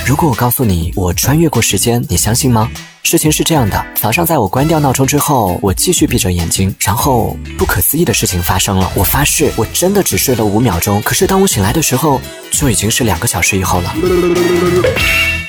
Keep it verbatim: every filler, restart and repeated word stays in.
如果我告诉你我穿越过时间，你相信吗？事情是这样的，早上在我关掉闹钟之后，我继续闭着眼睛，然后不可思议的事情发生了。我发誓，我真的只睡了五秒钟，可是当我醒来的时候，就已经是两个小时以后了。